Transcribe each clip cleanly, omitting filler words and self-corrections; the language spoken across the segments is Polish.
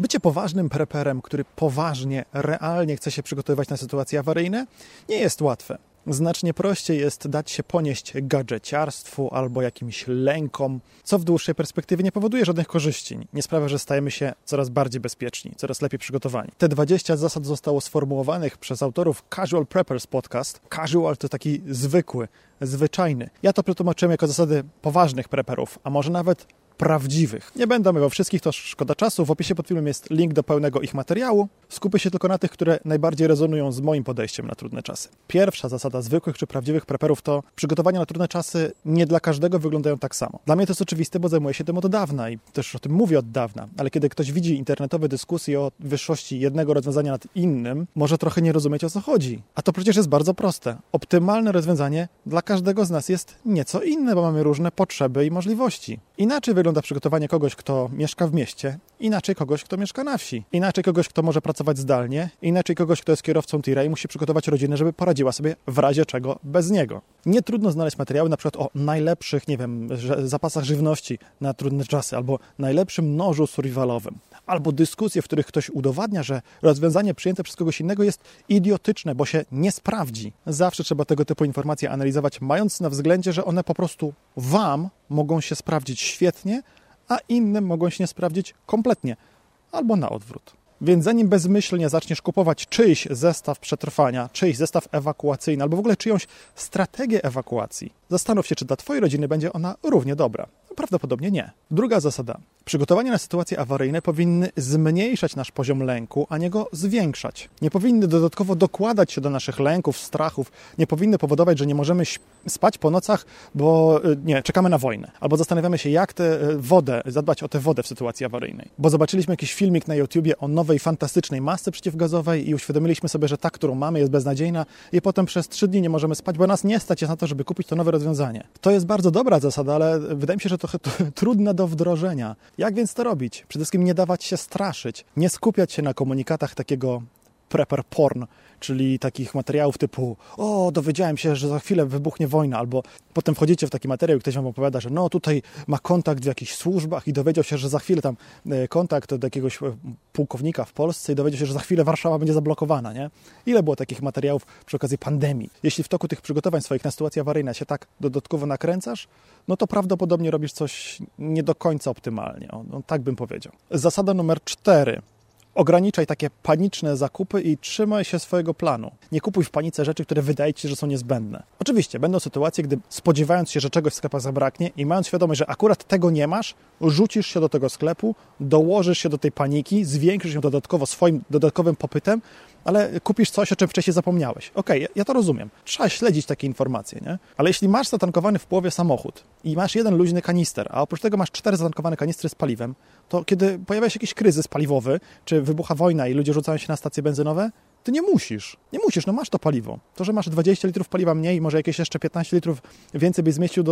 Bycie poważnym preperem, który poważnie, realnie chce się przygotowywać na sytuacje awaryjne, nie jest łatwe. Znacznie prościej jest dać się ponieść gadżeciarstwu albo jakimś lękom, co w dłuższej perspektywie nie powoduje żadnych korzyści. Nie sprawia, że stajemy się coraz bardziej bezpieczni, coraz lepiej przygotowani. Te 20 zasad zostało sformułowanych przez autorów Casual Preppers Podcast. Casual to taki zwykły, zwyczajny. Ja to przetłumaczyłem jako zasady poważnych preperów, a może nawet prawdziwych. Nie będę mówił o wszystkich, to szkoda czasu. W opisie pod filmem jest link do pełnego ich materiału. Skupię się tylko na tych, które najbardziej rezonują z moim podejściem na trudne czasy. Pierwsza zasada zwykłych czy prawdziwych preperów to przygotowania na trudne czasy nie dla każdego wyglądają tak samo. Dla mnie to jest oczywiste, bo zajmuję się tym od dawna i też o tym mówię od dawna, ale kiedy ktoś widzi internetowe dyskusje o wyższości jednego rozwiązania nad innym, może trochę nie rozumieć, o co chodzi. A to przecież jest bardzo proste. Optymalne rozwiązanie dla każdego z nas jest nieco inne, bo mamy różne potrzeby i możliwości. Inaczej wygląda przygotowanie kogoś, kto mieszka w mieście, inaczej kogoś, kto mieszka na wsi, inaczej kogoś, kto może pracować zdalnie, inaczej kogoś, kto jest kierowcą tira i musi przygotować rodzinę, żeby poradziła sobie w razie czego bez niego. Nie trudno znaleźć materiały na przykład o najlepszych, zapasach żywności na trudne czasy, albo najlepszym nożu survivalowym, albo dyskusje, w których ktoś udowadnia, że rozwiązanie przyjęte przez kogoś innego jest idiotyczne, bo się nie sprawdzi. Zawsze trzeba tego typu informacje analizować, mając na względzie, że one po prostu wam mogą się sprawdzić świetnie, a innym mogą się nie sprawdzić kompletnie, albo na odwrót. Więc zanim bezmyślnie zaczniesz kupować czyjś zestaw przetrwania, czyjś zestaw ewakuacyjny, albo w ogóle czyjąś strategię ewakuacji, zastanów się, czy dla twojej rodziny będzie ona równie dobra. Prawdopodobnie nie. Druga zasada. Przygotowania na sytuacje awaryjne powinny zmniejszać nasz poziom lęku, a nie go zwiększać. Nie powinny dodatkowo dokładać się do naszych lęków, strachów. Nie powinny powodować, że nie możemy spać po nocach, bo czekamy na wojnę. Albo zastanawiamy się, jak zadbać o tę wodę w sytuacji awaryjnej. Bo zobaczyliśmy jakiś filmik na YouTubie o nowej, fantastycznej masce przeciwgazowej i uświadomiliśmy sobie, że ta, którą mamy, jest beznadziejna i potem przez 3 dni nie możemy spać, bo nas nie stać na to, żeby kupić to nowe rozwiązanie. To jest bardzo dobra zasada, ale wydaje mi się, że trochę trudna do wdrożenia. Jak więc to robić? Przede wszystkim nie dawać się straszyć, nie skupiać się na komunikatach takiego prepper porn, czyli takich materiałów typu dowiedziałem się, że za chwilę wybuchnie wojna, albo potem wchodzicie w taki materiał i ktoś wam opowiada, że tutaj ma kontakt w jakichś służbach i dowiedział się, że za chwilę tam kontakt do jakiegoś pułkownika w Polsce i dowiedział się, że za chwilę Warszawa będzie zablokowana, nie? Ile było takich materiałów przy okazji pandemii? Jeśli w toku tych przygotowań swoich na sytuacje awaryjne się tak dodatkowo nakręcasz, no to prawdopodobnie robisz coś nie do końca optymalnie. Tak bym powiedział. Zasada numer 4. Ograniczaj takie paniczne zakupy i trzymaj się swojego planu. Nie kupuj w panice rzeczy, które wydaje ci się, że są niezbędne. Oczywiście, będą sytuacje, gdy spodziewając się, że czegoś w sklepach zabraknie i mając świadomość, że akurat tego nie masz, rzucisz się do tego sklepu, dołożysz się do tej paniki, zwiększysz ją dodatkowo swoim dodatkowym popytem, ale kupisz coś, o czym wcześniej zapomniałeś. Okej, ja to rozumiem. Trzeba śledzić takie informacje, nie? Ale jeśli masz zatankowany w połowie samochód i masz jeden luźny kanister, a oprócz tego masz 4 zatankowane kanistry z paliwem, to kiedy pojawia się jakiś kryzys paliwowy, czy wybucha wojna i ludzie rzucają się na stacje benzynowe, ty nie musisz, masz to paliwo. To, że masz 20 litrów paliwa mniej, może jakieś jeszcze 15 litrów więcej byś zmieścił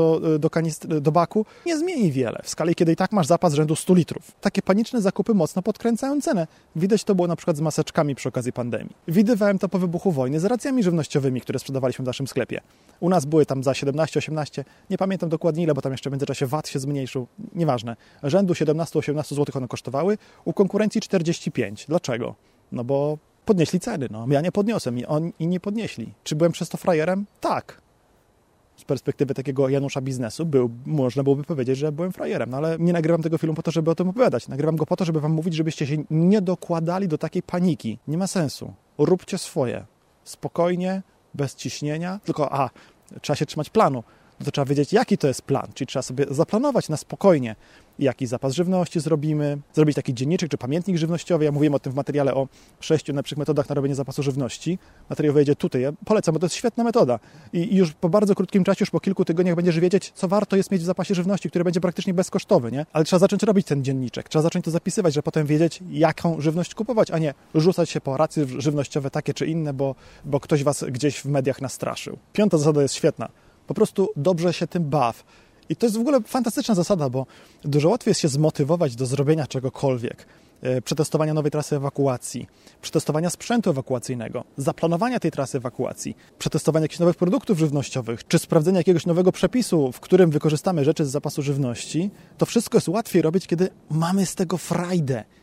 do baku, nie zmieni wiele. W skali, kiedy i tak masz zapas rzędu 100 litrów. Takie paniczne zakupy mocno podkręcają cenę. Widać to było na przykład z maseczkami przy okazji pandemii. Widywałem to po wybuchu wojny z racjami żywnościowymi, które sprzedawaliśmy w naszym sklepie. U nas były tam za 17-18, nie pamiętam dokładnie ile, bo tam jeszcze w międzyczasie VAT się zmniejszył, nieważne. Rzędu 17-18 zł one kosztowały, u konkurencji 45. Dlaczego? No bo podnieśli ceny, Ja nie podniosłem i oni nie podnieśli. Czy byłem przez to frajerem? Tak. Z perspektywy takiego Janusza biznesu można byłoby powiedzieć, że byłem frajerem, ale nie nagrywam tego filmu po to, żeby o tym opowiadać. Nagrywam go po to, żeby wam mówić, żebyście się nie dokładali do takiej paniki. Nie ma sensu. Róbcie swoje. Spokojnie, bez ciśnienia. Tylko, trzeba się trzymać planu. No to trzeba wiedzieć, jaki to jest plan. Czyli trzeba sobie zaplanować na spokojnie, jaki zapas żywności zrobić taki dzienniczek czy pamiętnik żywnościowy. Ja mówiłem o tym w materiale o 6 najlepszych metodach na robienie zapasu żywności. Materiał wyjdzie tutaj. Ja polecam, bo to jest świetna metoda. I już po bardzo krótkim czasie, już po kilku tygodniach będziesz wiedzieć, co warto jest mieć w zapasie żywności, który będzie praktycznie bezkosztowy, nie? Ale trzeba zacząć robić ten dzienniczek. Trzeba zacząć to zapisywać, żeby potem wiedzieć, jaką żywność kupować, a nie rzucać się po racje żywnościowe takie czy inne, bo ktoś was gdzieś w mediach nastraszył. 5. zasada jest świetna. Po prostu dobrze się tym baw. I to jest w ogóle fantastyczna zasada, bo dużo łatwiej jest się zmotywować do zrobienia czegokolwiek. Przetestowania nowej trasy ewakuacji, przetestowania sprzętu ewakuacyjnego, zaplanowania tej trasy ewakuacji, przetestowania jakichś nowych produktów żywnościowych, czy sprawdzenia jakiegoś nowego przepisu, w którym wykorzystamy rzeczy z zapasu żywności. To wszystko jest łatwiej robić, kiedy mamy z tego frajdę,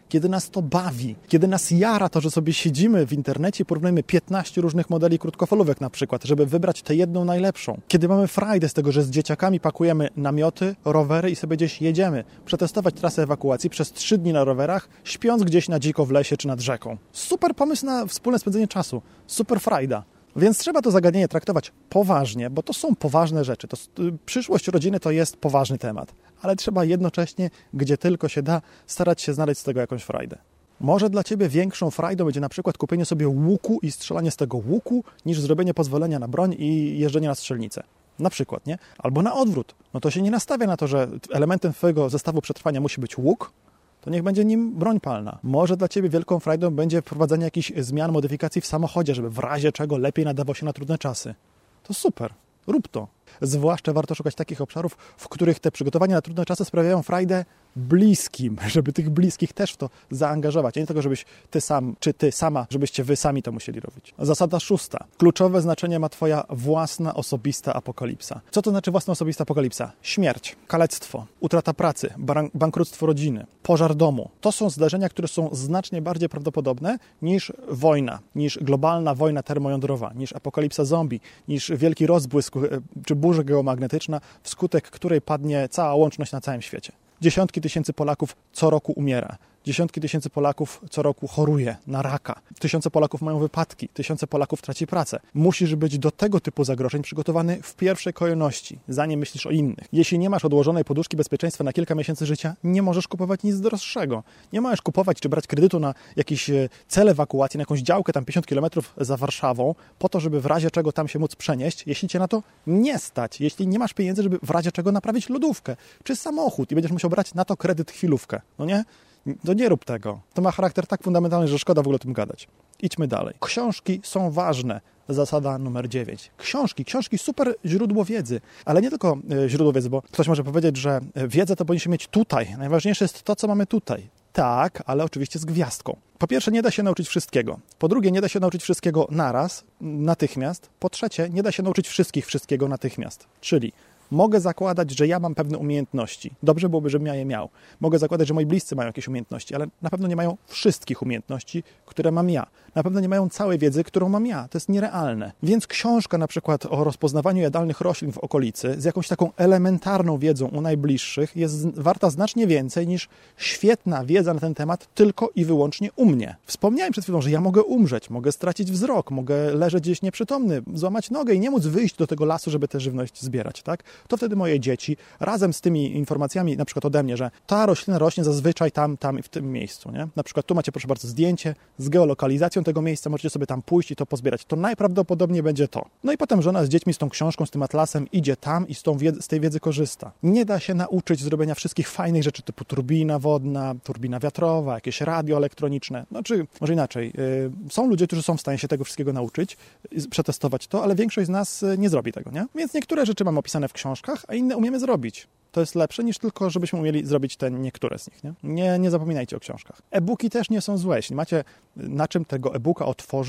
kiedy nas to bawi, kiedy nas jara to, że sobie siedzimy w internecie i porównujemy 15 różnych modeli krótkofalówek na przykład, żeby wybrać tę jedną najlepszą. Kiedy mamy frajdę z tego, że z dzieciakami pakujemy namioty, rowery i sobie gdzieś jedziemy, przetestować trasę ewakuacji przez 3 dni na rowerach, śpiąc gdzieś na dziko w lesie czy nad rzeką. Super pomysł na wspólne spędzenie czasu. Super frajda. Więc trzeba to zagadnienie traktować poważnie, bo to są poważne rzeczy. Przyszłość rodziny to jest poważny temat, ale trzeba jednocześnie, gdzie tylko się da, starać się znaleźć z tego jakąś frajdę. Może dla Ciebie większą frajdą będzie na przykład kupienie sobie łuku i strzelanie z tego łuku, niż zrobienie pozwolenia na broń i jeżdżenie na strzelnicę. Na przykład, nie? Albo na odwrót. No to się nie nastawia na to, że elementem Twojego zestawu przetrwania musi być łuk, to niech będzie nim broń palna. Może dla Ciebie wielką frajdą będzie wprowadzenie jakichś zmian, modyfikacji w samochodzie, żeby w razie czego lepiej nadawał się na trudne czasy. To super, rób to. Zwłaszcza warto szukać takich obszarów, w których te przygotowania na trudne czasy sprawiają frajdę bliskim, żeby tych bliskich też w to zaangażować, a nie tylko, żebyś ty sam, czy ty sama, żebyście wy sami to musieli robić. Zasada 6. Kluczowe znaczenie ma Twoja własna, osobista apokalipsa. Co to znaczy własna, osobista apokalipsa? Śmierć, kalectwo, utrata pracy, bankructwo rodziny, pożar domu. To są zdarzenia, które są znacznie bardziej prawdopodobne niż wojna, niż globalna wojna termojądrowa, niż apokalipsa zombie, niż wielki rozbłysk czy burza geomagnetyczna, wskutek której padnie cała łączność na całym świecie. Dziesiątki tysięcy Polaków co roku umiera. Dziesiątki tysięcy Polaków co roku choruje na raka. Tysiące Polaków mają wypadki. Tysiące Polaków traci pracę. Musisz być do tego typu zagrożeń przygotowany w pierwszej kolejności, zanim myślisz o innych. Jeśli nie masz odłożonej poduszki bezpieczeństwa na kilka miesięcy życia, nie możesz kupować nic droższego. Nie możesz kupować czy brać kredytu na jakiś cel ewakuacji, na jakąś działkę tam 50 km za Warszawą, po to, żeby w razie czego tam się móc przenieść, jeśli cię na to nie stać. Jeśli nie masz pieniędzy, żeby w razie czego naprawić lodówkę czy samochód i będziesz musiał brać na to kredyt chwilówkę. No nie? To nie rób tego. To ma charakter tak fundamentalny, że szkoda w ogóle o tym gadać. Idźmy dalej. Książki są ważne. Zasada numer 9. Książki super źródło wiedzy, ale nie tylko źródło wiedzy, bo ktoś może powiedzieć, że wiedzę to powinniśmy mieć tutaj. Najważniejsze jest to, co mamy tutaj. Tak, ale oczywiście z gwiazdką. Po pierwsze, nie da się nauczyć wszystkiego. Po drugie, nie da się nauczyć wszystkiego naraz, natychmiast. Po trzecie, nie da się nauczyć wszystkiego natychmiast. Czyli mogę zakładać, że ja mam pewne umiejętności. Dobrze byłoby, żebym ja je miał. Mogę zakładać, że moi bliscy mają jakieś umiejętności, ale na pewno nie mają wszystkich umiejętności, które mam ja. Na pewno nie mają całej wiedzy, którą mam ja. To jest nierealne. Więc książka na przykład o rozpoznawaniu jadalnych roślin w okolicy z jakąś taką elementarną wiedzą u najbliższych jest warta znacznie więcej niż świetna wiedza na ten temat tylko i wyłącznie u mnie. Wspomniałem przed chwilą, że ja mogę umrzeć, mogę stracić wzrok, mogę leżeć gdzieś nieprzytomny, złamać nogę i nie móc wyjść do tego lasu, żeby tę żywność zbierać, tak? To wtedy moje dzieci razem z tymi informacjami, na przykład ode mnie, że ta roślina rośnie zazwyczaj tam i w tym miejscu, nie? Na przykład tu macie, proszę bardzo, zdjęcie z geolokalizacją tego miejsca, możecie sobie tam pójść i to pozbierać. To najprawdopodobniej będzie to. No i potem żona z dziećmi, z tą książką, z tym atlasem idzie tam i z tej wiedzy korzysta. Nie da się nauczyć zrobienia wszystkich fajnych rzeczy typu turbina wodna, turbina wiatrowa, jakieś radio elektroniczne. No czy może inaczej. Są ludzie, którzy są w stanie się tego wszystkiego nauczyć, przetestować to, ale większość z nas nie zrobi tego, nie? Więc niektóre rzeczy mamy opisane w książkach, a inne umiemy zrobić. To jest lepsze niż tylko, żebyśmy umieli zrobić te niektóre z nich. Nie zapominajcie o książkach. E-booki też nie są złe. Jeśli macie na czym tego e-booka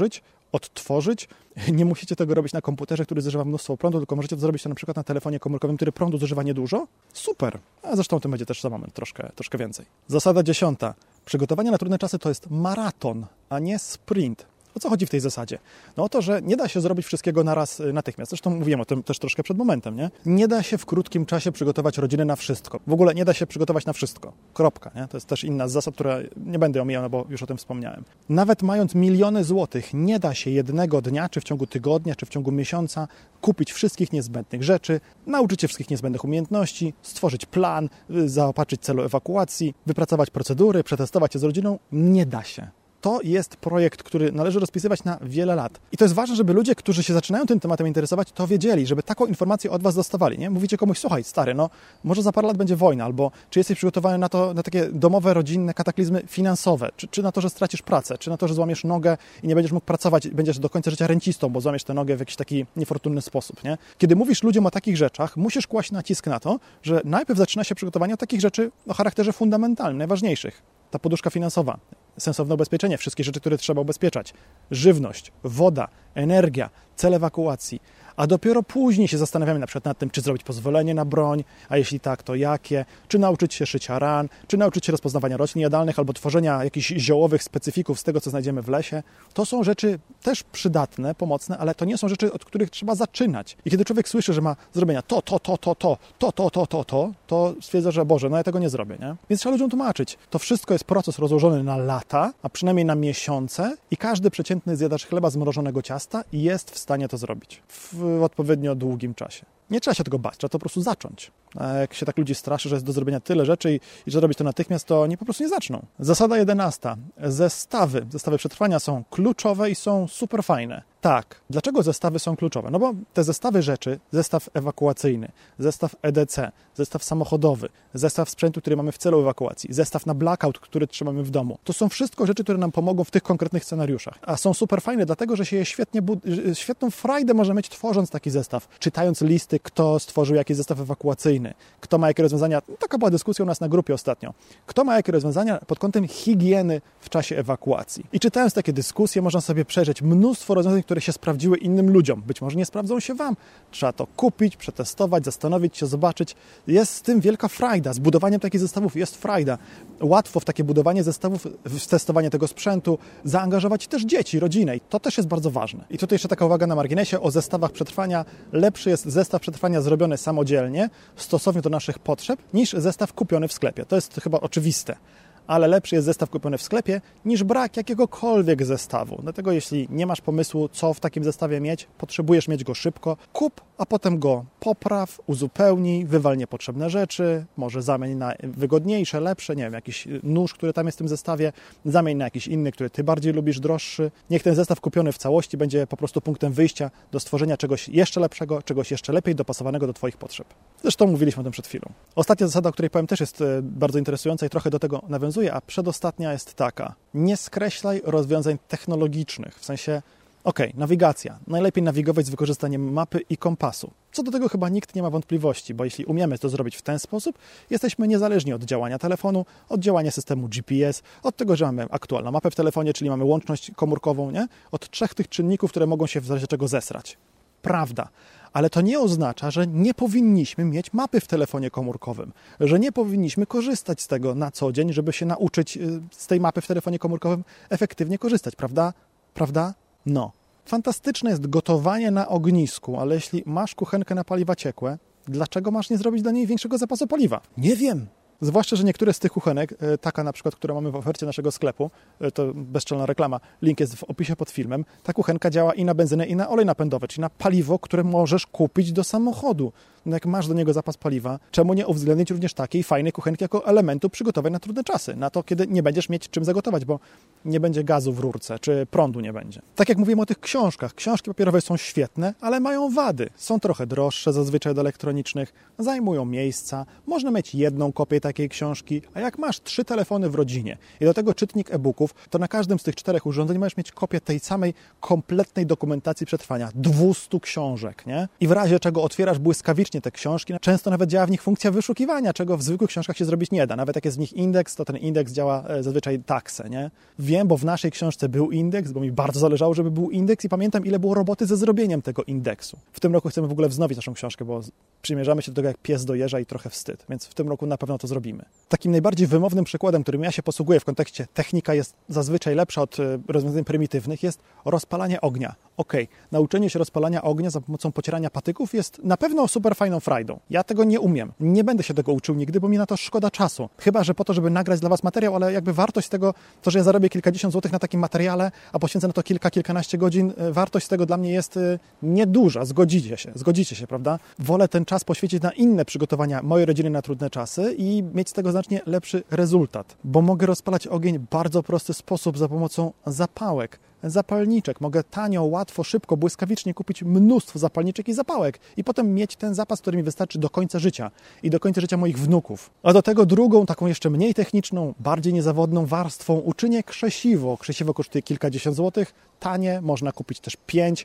odtworzyć, nie musicie tego robić na komputerze, który zużywa mnóstwo prądu, tylko możecie to zrobić na przykład na telefonie komórkowym, który prądu zużywa niedużo. Super. A zresztą o tym będzie też za moment troszkę więcej. Zasada 10. Przygotowanie na trudne czasy to jest maraton, a nie sprint. O co chodzi w tej zasadzie? No o to, że nie da się zrobić wszystkiego naraz natychmiast. Zresztą mówiłem o tym też troszkę przed momentem, nie? Nie da się w krótkim czasie przygotować rodziny na wszystko. W ogóle nie da się przygotować na wszystko. Kropka, nie? To jest też inna z zasad, która nie będę omijał, no bo już o tym wspomniałem. Nawet mając miliony złotych, nie da się jednego dnia, czy w ciągu tygodnia, czy w ciągu miesiąca kupić wszystkich niezbędnych rzeczy, nauczyć się wszystkich niezbędnych umiejętności, stworzyć plan, zaopatrzyć celu ewakuacji, wypracować procedury, przetestować je z rodziną. Nie da się. To jest projekt, który należy rozpisywać na wiele lat. I to jest ważne, żeby ludzie, którzy się zaczynają tym tematem interesować, to wiedzieli, żeby taką informację od was dostawali. Nie? Mówicie komuś, słuchaj, stary, no może za parę lat będzie wojna, albo czy jesteś przygotowany na takie domowe, rodzinne kataklizmy finansowe, czy na to, że stracisz pracę, czy na to, że złamiesz nogę i nie będziesz mógł pracować, będziesz do końca życia rencistą, bo złamiesz tę nogę w jakiś taki niefortunny sposób. Nie? Kiedy mówisz ludziom o takich rzeczach, musisz kłaść nacisk na to, że najpierw zaczyna się przygotowanie takich rzeczy o charakterze fundamentalnym, najważniejszych. Ta poduszka finansowa, sensowne ubezpieczenie, wszystkie rzeczy, które trzeba ubezpieczać, żywność, woda, energia, cel ewakuacji. a dopiero później się zastanawiamy na przykład nad tym, czy zrobić pozwolenie na broń, a jeśli tak, to jakie, czy nauczyć się szycia ran, czy nauczyć się rozpoznawania roślin jadalnych albo tworzenia jakichś ziołowych specyfików z tego, co znajdziemy w lesie. To są rzeczy też przydatne, pomocne, ale to nie są rzeczy, od których trzeba zaczynać. I kiedy człowiek słyszy, że ma zrobienia to stwierdza, że Boże, no ja tego nie zrobię, nie? Więc trzeba ludziom tłumaczyć. To wszystko jest proces rozłożony na lata, a przynajmniej na miesiące i każdy przeciętny zjadacz chleba z mrożonego ciasta jest w stanie to zrobić w odpowiednio długim czasie. Nie trzeba się tego bać, trzeba to po prostu zacząć. A jak się tak ludzi straszy, że jest do zrobienia tyle rzeczy i że robić to natychmiast, to oni po prostu nie zaczną. Zasada 11. Zestawy przetrwania są kluczowe i są super fajne. Tak. Dlaczego zestawy są kluczowe? No bo te zestawy rzeczy, zestaw ewakuacyjny, zestaw EDC, zestaw samochodowy, zestaw sprzętu, który mamy w celu ewakuacji, zestaw na blackout, który trzymamy w domu. To są wszystko rzeczy, które nam pomogą w tych konkretnych scenariuszach. A są super fajne, dlatego że się je świetną frajdę można mieć tworząc taki zestaw, czytając listy, kto stworzył jakiś zestaw ewakuacyjny, kto ma jakie rozwiązania. Taka była dyskusja u nas na grupie ostatnio. Kto ma jakie rozwiązania pod kątem higieny w czasie ewakuacji. I czytając takie dyskusje można sobie przejrzeć mnóstwo rozwiązań, które się sprawdziły innym ludziom. Być może nie sprawdzą się Wam. Trzeba to kupić, przetestować, zastanowić się, zobaczyć. Jest z tym wielka frajda. Z budowaniem takich zestawów jest frajda. Łatwo w takie budowanie zestawów, w testowanie tego sprzętu, zaangażować też dzieci, rodzinę. I to też jest bardzo ważne. I tutaj jeszcze taka uwaga na marginesie o zestawach przetrwania. Lepszy jest zestaw przetrwania zrobiony samodzielnie, stosownie do naszych potrzeb, niż zestaw kupiony w sklepie. To jest chyba oczywiste. Ale lepszy jest zestaw kupiony w sklepie niż brak jakiegokolwiek zestawu. Dlatego jeśli nie masz pomysłu, co w takim zestawie mieć, potrzebujesz mieć go szybko, kup, a potem go popraw, uzupełnij, wywal niepotrzebne rzeczy, może zamień na wygodniejsze, lepsze, nie wiem, jakiś nóż, który tam jest w tym zestawie, zamień na jakiś inny, który Ty bardziej lubisz, droższy. Niech ten zestaw kupiony w całości będzie po prostu punktem wyjścia do stworzenia czegoś jeszcze lepszego, czegoś jeszcze lepiej dopasowanego do Twoich potrzeb. Zresztą mówiliśmy o tym przed chwilą. Ostatnia zasada, o której powiem, też jest bardzo interesująca i trochę do tego nawiązuje, a przedostatnia jest taka. Nie skreślaj rozwiązań technologicznych, w sensie, nawigacja. Najlepiej nawigować z wykorzystaniem mapy i kompasu. Co do tego chyba nikt nie ma wątpliwości, bo jeśli umiemy to zrobić w ten sposób, jesteśmy niezależni od działania telefonu, od działania systemu GPS, od tego, że mamy aktualną mapę w telefonie, czyli mamy łączność komórkową, nie? Od 3 tych czynników, które mogą się w razie czego zesrać. Prawda. Ale to nie oznacza, że nie powinniśmy mieć mapy w telefonie komórkowym, że nie powinniśmy korzystać z tego na co dzień, żeby się nauczyć z tej mapy w telefonie komórkowym efektywnie korzystać, prawda? Prawda? No. Fantastyczne jest gotowanie na ognisku, ale jeśli masz kuchenkę na paliwa ciekłe, dlaczego masz nie zrobić dla niej większego zapasu paliwa? Nie wiem. Zwłaszcza, że niektóre z tych kuchenek, taka na przykład, którą mamy w ofercie naszego sklepu, to bezczelna reklama, link jest w opisie pod filmem, ta kuchenka działa i na benzynę, i na olej napędowy, czyli na paliwo, które możesz kupić do samochodu. No jak masz do niego zapas paliwa, czemu nie uwzględnić również takiej fajnej kuchenki jako elementu przygotowań na trudne czasy, na to, kiedy nie będziesz mieć czym zagotować, bo nie będzie gazu w rurce, czy prądu nie będzie. Tak jak mówiłem o tych książkach, książki papierowe są świetne, ale mają wady. Są trochę droższe zazwyczaj od elektronicznych, zajmują miejsca, można mieć jedną kopię takiej książki, a jak masz 3 telefony w rodzinie i do tego czytnik e-booków, to na każdym z tych 4 urządzeń możesz mieć kopię tej samej kompletnej dokumentacji przetrwania, 200 książek, nie? I w razie czego otwierasz błyskawicznie te książki, często nawet działa w nich funkcja wyszukiwania, czego w zwykłych książkach się zrobić nie da. Nawet jak jest w nich indeks, to ten indeks działa zazwyczaj taksę, nie? Wiem, bo w naszej książce był indeks, bo mi bardzo zależało, żeby był indeks i pamiętam, ile było roboty ze zrobieniem tego indeksu. W tym roku chcemy w ogóle wznowić naszą książkę, bo przymierzamy się do tego jak pies do jeża i trochę wstyd, więc w tym roku na pewno to zrobimy. Takim najbardziej wymownym przykładem, którym ja się posługuję w kontekście technika jest zazwyczaj lepsza od rozwiązań prymitywnych, jest rozpalanie ognia. Nauczenie się rozpalania ognia za pomocą pocierania patyków jest na pewno super fajną frajdą. Ja tego nie umiem. Nie będę się tego uczył nigdy, bo mi na to szkoda czasu. Chyba że po to, żeby nagrać dla Was materiał, ale jakby wartość tego, to, że ja zarobię kilkadziesiąt złotych na takim materiale, a poświęcę na to kilkanaście godzin, wartość tego dla mnie jest nieduża. Zgodzicie się, prawda? Wolę ten czas poświęcić na inne przygotowania mojej rodziny na trudne czasy i mieć z tego znacznie lepszy rezultat, bo mogę rozpalać ogień w bardzo prosty sposób za pomocą zapałek, zapalniczek. Mogę tanio, łatwo, szybko, błyskawicznie kupić mnóstwo zapalniczek i zapałek i potem mieć ten zapas, który mi wystarczy do końca życia i do końca życia moich wnuków. A do tego drugą, taką jeszcze mniej techniczną, bardziej niezawodną warstwą uczynię krzesiwo. Krzesiwo kosztuje kilkadziesiąt złotych, tanie, można kupić też 5,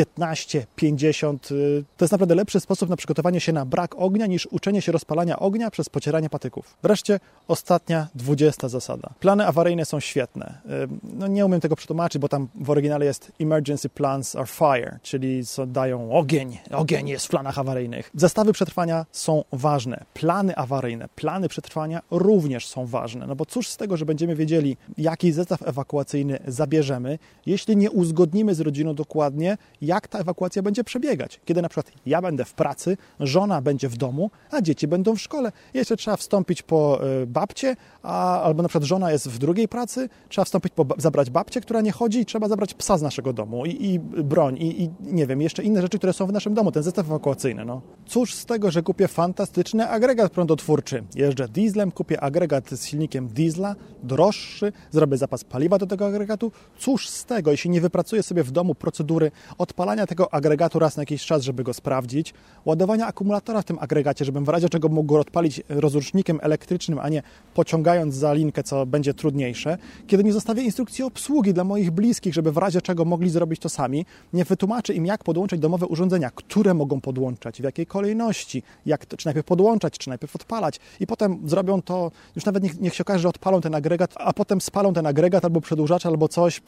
15, 50. To jest naprawdę lepszy sposób na przygotowanie się na brak ognia niż uczenie się rozpalania ognia przez pocieranie patyków. Wreszcie ostatnia, 20 zasada. Plany awaryjne są świetne. Nie umiem tego przetłumaczyć, bo tam w oryginale jest emergency plan, plans are fire, czyli co dają ogień. Ogień jest w planach awaryjnych. Zestawy przetrwania są ważne. Plany awaryjne, plany przetrwania również są ważne. No bo cóż z tego, że będziemy wiedzieli, jaki zestaw ewakuacyjny zabierzemy, jeśli nie uzgodnimy z rodziną dokładnie, jak ta ewakuacja będzie przebiegać. Kiedy na przykład ja będę w pracy, żona będzie w domu, a dzieci będą w szkole. Jeszcze trzeba wstąpić po babcię, albo na przykład żona jest w drugiej pracy, trzeba wstąpić zabrać babcię, która nie chodzi i trzeba zabrać psa z naszego domu i broń i nie wiem, jeszcze inne rzeczy, które są w naszym domu, ten zestaw ewakuacyjny. No. Cóż z tego, że kupię fantastyczny agregat prądotwórczy. Jeżdżę dieslem, kupię agregat z silnikiem diesla, droższy, zrobię zapas paliwa do tego agregatu. Cóż z tego, jeśli nie wypracuję sobie w domu procedury odpalania tego agregatu raz na jakiś czas, żeby go sprawdzić, ładowania akumulatora w tym agregacie, żebym w razie czego mógł go odpalić rozrusznikiem elektrycznym, a nie pociągając za linkę, co będzie trudniejsze, kiedy nie zostawię instrukcji obsługi dla moich bliskich, żeby w razie czego mogli zrobić to sami, nie wytłumaczę im, jak podłączyć domowe urządzenia, które mogą podłączać, w jakiej kolejności, czy najpierw podłączać, czy najpierw odpalać i potem zrobią to, już nawet niech się okaże, że odpalą ten agregat, a potem spalą ten agregat albo przedłużacz, albo coś,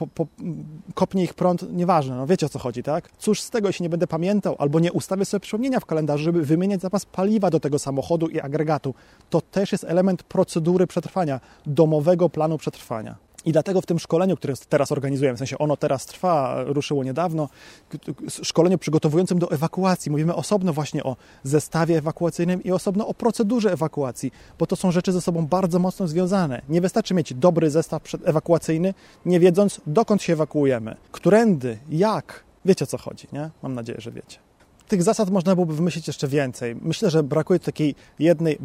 kopnie ich prąd, nieważne, no wiecie o co chodzi, tak? Cóż z tego, jeśli nie będę pamiętał, albo nie ustawię sobie przypomnienia w kalendarzu, żeby wymieniać zapas paliwa do tego samochodu i agregatu. To też jest element procedury przetrwania, domowego planu przetrwania. I dlatego w tym szkoleniu, które teraz organizujemy, w sensie ono teraz trwa, ruszyło niedawno, szkoleniu przygotowującym do ewakuacji, mówimy osobno właśnie o zestawie ewakuacyjnym i osobno o procedurze ewakuacji, bo to są rzeczy ze sobą bardzo mocno związane. Nie wystarczy mieć dobry zestaw ewakuacyjny, nie wiedząc, dokąd się ewakuujemy, którędy, jak. Wiecie o co chodzi, nie? Mam nadzieję, że wiecie. Tych zasad można byłoby wymyślić jeszcze więcej. Myślę, że brakuje takiej jednej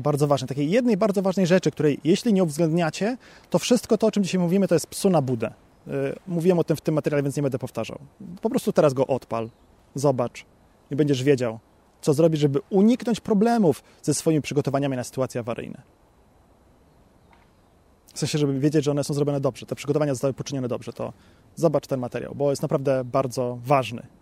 bardzo ważnej rzeczy, której jeśli nie uwzględniacie, to wszystko to, o czym dzisiaj mówimy, to jest psu na budę. Mówiłem o tym w tym materiale, więc nie będę powtarzał. Po prostu teraz go odpal, zobacz i będziesz wiedział, co zrobić, żeby uniknąć problemów ze swoimi przygotowaniami na sytuacje awaryjne. W sensie, żeby wiedzieć, że one są zrobione dobrze, te przygotowania zostały poczynione dobrze, to zobacz ten materiał, bo jest naprawdę bardzo ważny.